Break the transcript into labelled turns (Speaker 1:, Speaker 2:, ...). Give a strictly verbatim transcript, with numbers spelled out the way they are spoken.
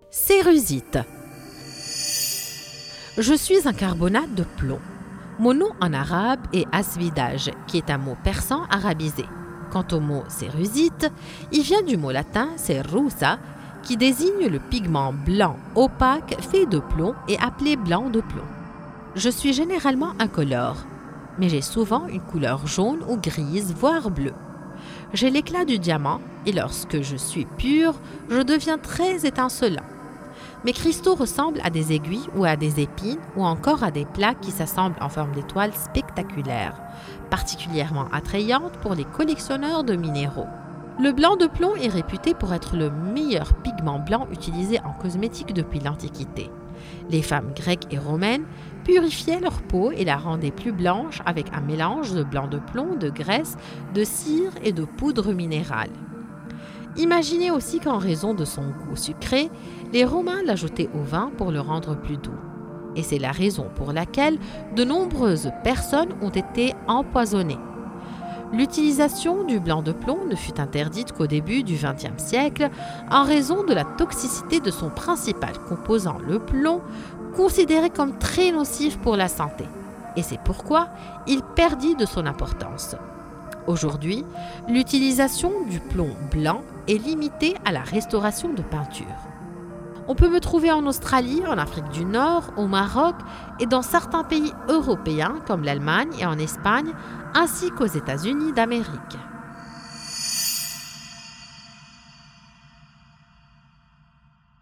Speaker 1: Cérusite. Je suis un carbonate de plomb. Mon nom en arabe est asvidaj, qui est un mot persan arabisé. Quant au mot cérusite, il vient du mot latin cerusa, qui désigne le pigment blanc opaque fait de plomb et appelé blanc de plomb. Je suis généralement incolore, mais j'ai souvent une couleur jaune ou grise, voire bleue. J'ai l'éclat du diamant et lorsque je suis pur, je deviens très étincelant. Mes cristaux ressemblent à des aiguilles ou à des épines ou encore à des plaques qui s'assemblent en forme d'étoiles spectaculaires, particulièrement attrayantes pour les collectionneurs de minéraux. Le blanc de plomb est réputé pour être le meilleur pigment blanc utilisé en cosmétique depuis l'Antiquité. Les femmes grecques et romaines purifiaient leur peau et la rendaient plus blanche avec un mélange de blanc de plomb, de graisse, de cire et de poudre minérale. Imaginez aussi qu'en raison de son goût sucré, les Romains l'ajoutaient au vin pour le rendre plus doux. Et c'est la raison pour laquelle de nombreuses personnes ont été empoisonnées. L'utilisation du blanc de plomb ne fut interdite qu'au début du vingtième siècle en raison de la toxicité de son principal composant, le plomb, considéré comme très nocif pour la santé. Et c'est pourquoi il perdit de son importance. Aujourd'hui, l'utilisation du plomb blanc est limitée à la restauration de peintures. On peut me trouver en Australie, en Afrique du Nord, au Maroc et dans certains pays européens comme l'Allemagne et en Espagne, ainsi qu'aux États-Unis d'Amérique.